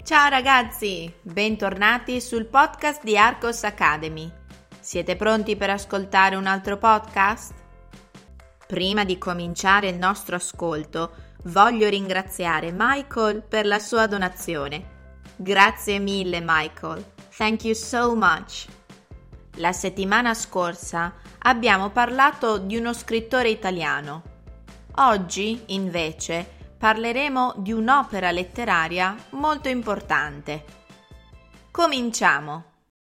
Ciao ragazzi, bentornati sul podcast di Arcos Academy. Siete pronti per ascoltare un altro podcast? Prima di cominciare il nostro ascolto, voglio ringraziare Michael per la sua donazione. Grazie mille Michael, thank you so much. La settimana scorsa abbiamo parlato di uno scrittore italiano. Oggi, invece, parleremo di un'opera letteraria molto importante. Cominciamo!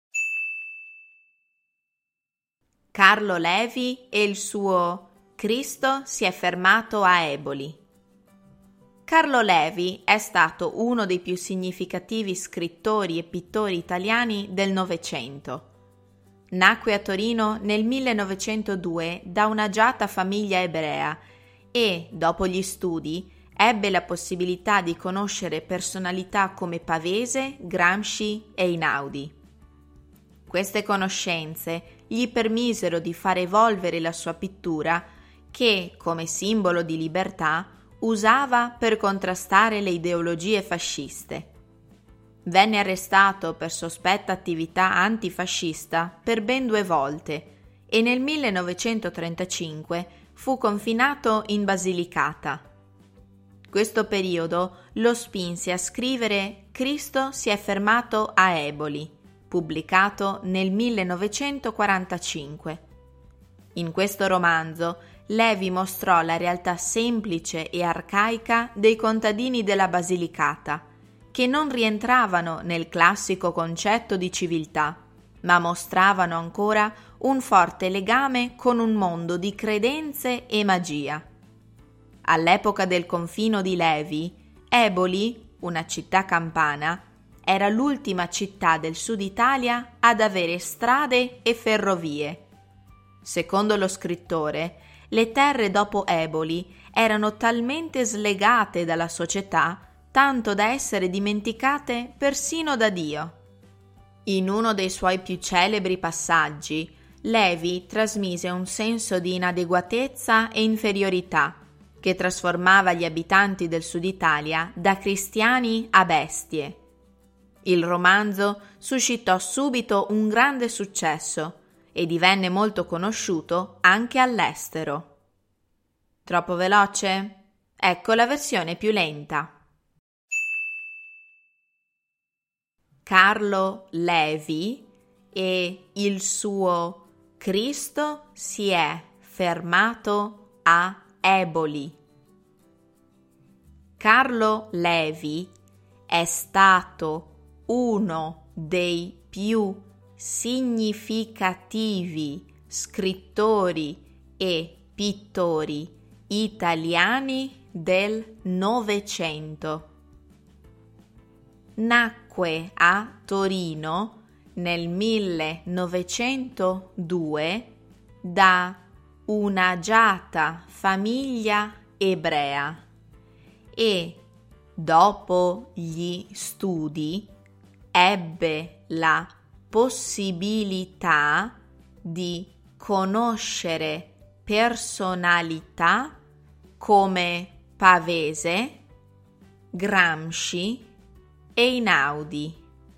Carlo Levi e il suo Cristo si è fermato a Eboli. Carlo Levi è stato uno dei più significativi scrittori e pittori italiani del Novecento. Nacque a Torino nel 1902 da un'agiata famiglia ebrea e, dopo gli studi, ebbe la possibilità di conoscere personalità come Pavese, Gramsci e Einaudi. Queste conoscenze gli permisero di far evolvere la sua pittura che, come simbolo di libertà, usava per contrastare le ideologie fasciste. Venne arrestato per sospetta attività antifascista per ben 2 volte e nel 1935 fu confinato in Basilicata. Questo periodo lo spinse a scrivere Cristo si è fermato a Eboli, pubblicato nel 1945. In questo romanzo Levi mostrò la realtà semplice e arcaica dei contadini della Basilicata, che non rientravano nel classico concetto di civiltà, ma mostravano ancora un forte legame con un mondo di credenze e magia. All'epoca del confino di Levi, Eboli, una città campana, era l'ultima città del sud Italia ad avere strade e ferrovie. Secondo lo scrittore, le terre dopo Eboli erano talmente slegate dalla società tanto da essere dimenticate persino da Dio. In uno dei suoi più celebri passaggi, Levi trasmise un senso di inadeguatezza e inferiorità che trasformava gli abitanti del Sud Italia da cristiani a bestie. Il romanzo suscitò subito un grande successo e divenne molto conosciuto anche all'estero. Troppo veloce? Ecco la versione più lenta. Carlo Levi e il suo Cristo si è fermato a Eboli. Carlo Levi è stato uno dei più significativi scrittori e pittori italiani del Novecento. Nacque a Torino nel 1902 da un'agiata famiglia ebrea e, dopo gli studi, ebbe la possibilità di conoscere personalità come Pavese, Gramsci e Einaudi.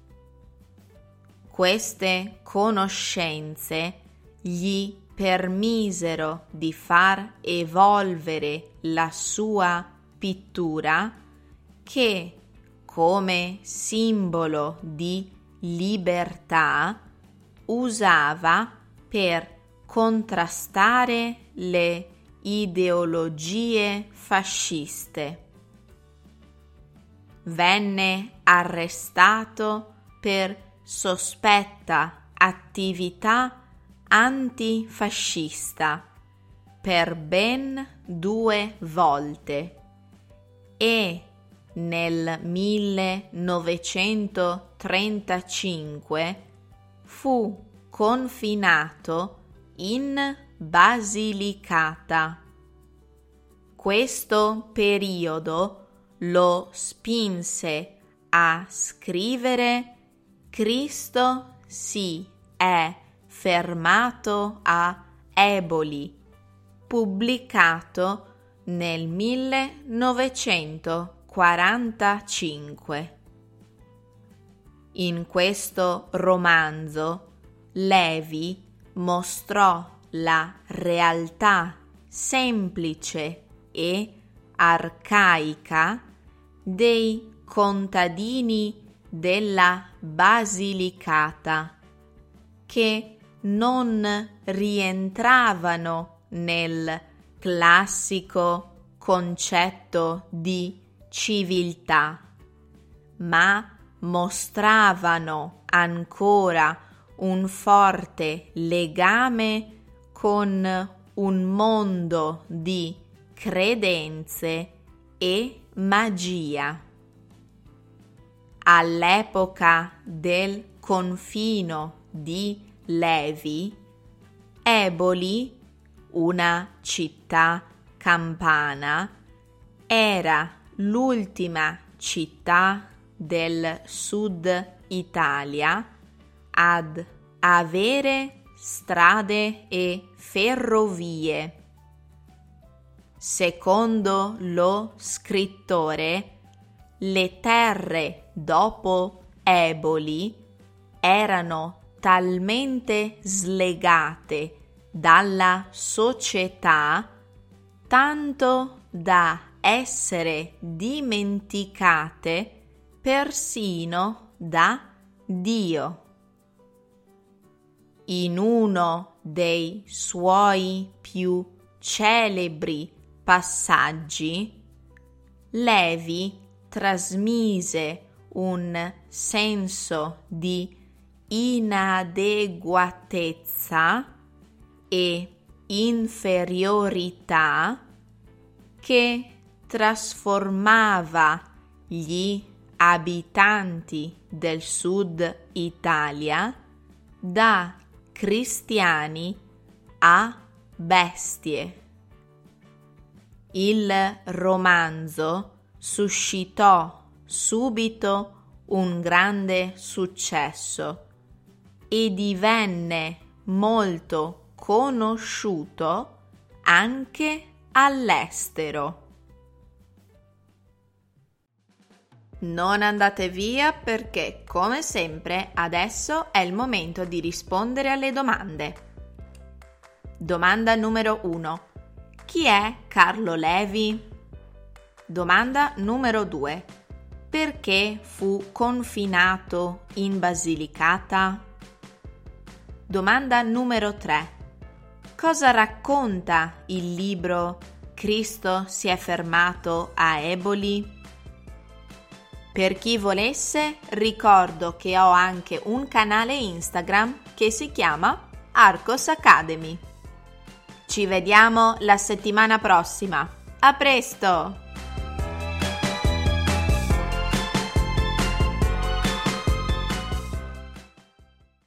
Queste conoscenze gli permisero di far evolvere la sua pittura che, come simbolo di libertà, usava per contrastare le ideologie fasciste. Venne arrestato per sospetta attività antifascista per ben 2 volte e nel 1935 fu confinato in Basilicata. Questo periodo lo spinse a scrivere Cristo si è fermato a Eboli, pubblicato nel 1945. In questo romanzo Levi mostrò la realtà semplice e arcaica dei contadini della Basilicata, che non rientravano nel classico concetto di civiltà, ma mostravano ancora un forte legame con un mondo di credenze e magia. All'epoca del confino di Levi, Eboli, una città campana, era l'ultima città del sud Italia ad avere strade e ferrovie. Secondo lo scrittore, le terre dopo Eboli erano talmente slegate dalla società tanto da essere dimenticate persino da Dio. In uno dei suoi più celebri passaggi, Levi trasmise un senso di inadeguatezza e inferiorità che trasformava gli abitanti del sud Italia da cristiani a bestie. Il romanzo suscitò subito un grande successo e divenne molto conosciuto anche all'estero. Non andate via perché, come sempre, adesso è il momento di rispondere alle domande. Domanda numero 1. Chi è Carlo Levi? Domanda numero 2. Perché fu confinato in Basilicata? Domanda numero 3. Cosa racconta il libro Cristo si è fermato a Eboli? Per chi volesse, ricordo che ho anche un canale Instagram che si chiama Arcos Academy. Ci vediamo la settimana prossima. A presto!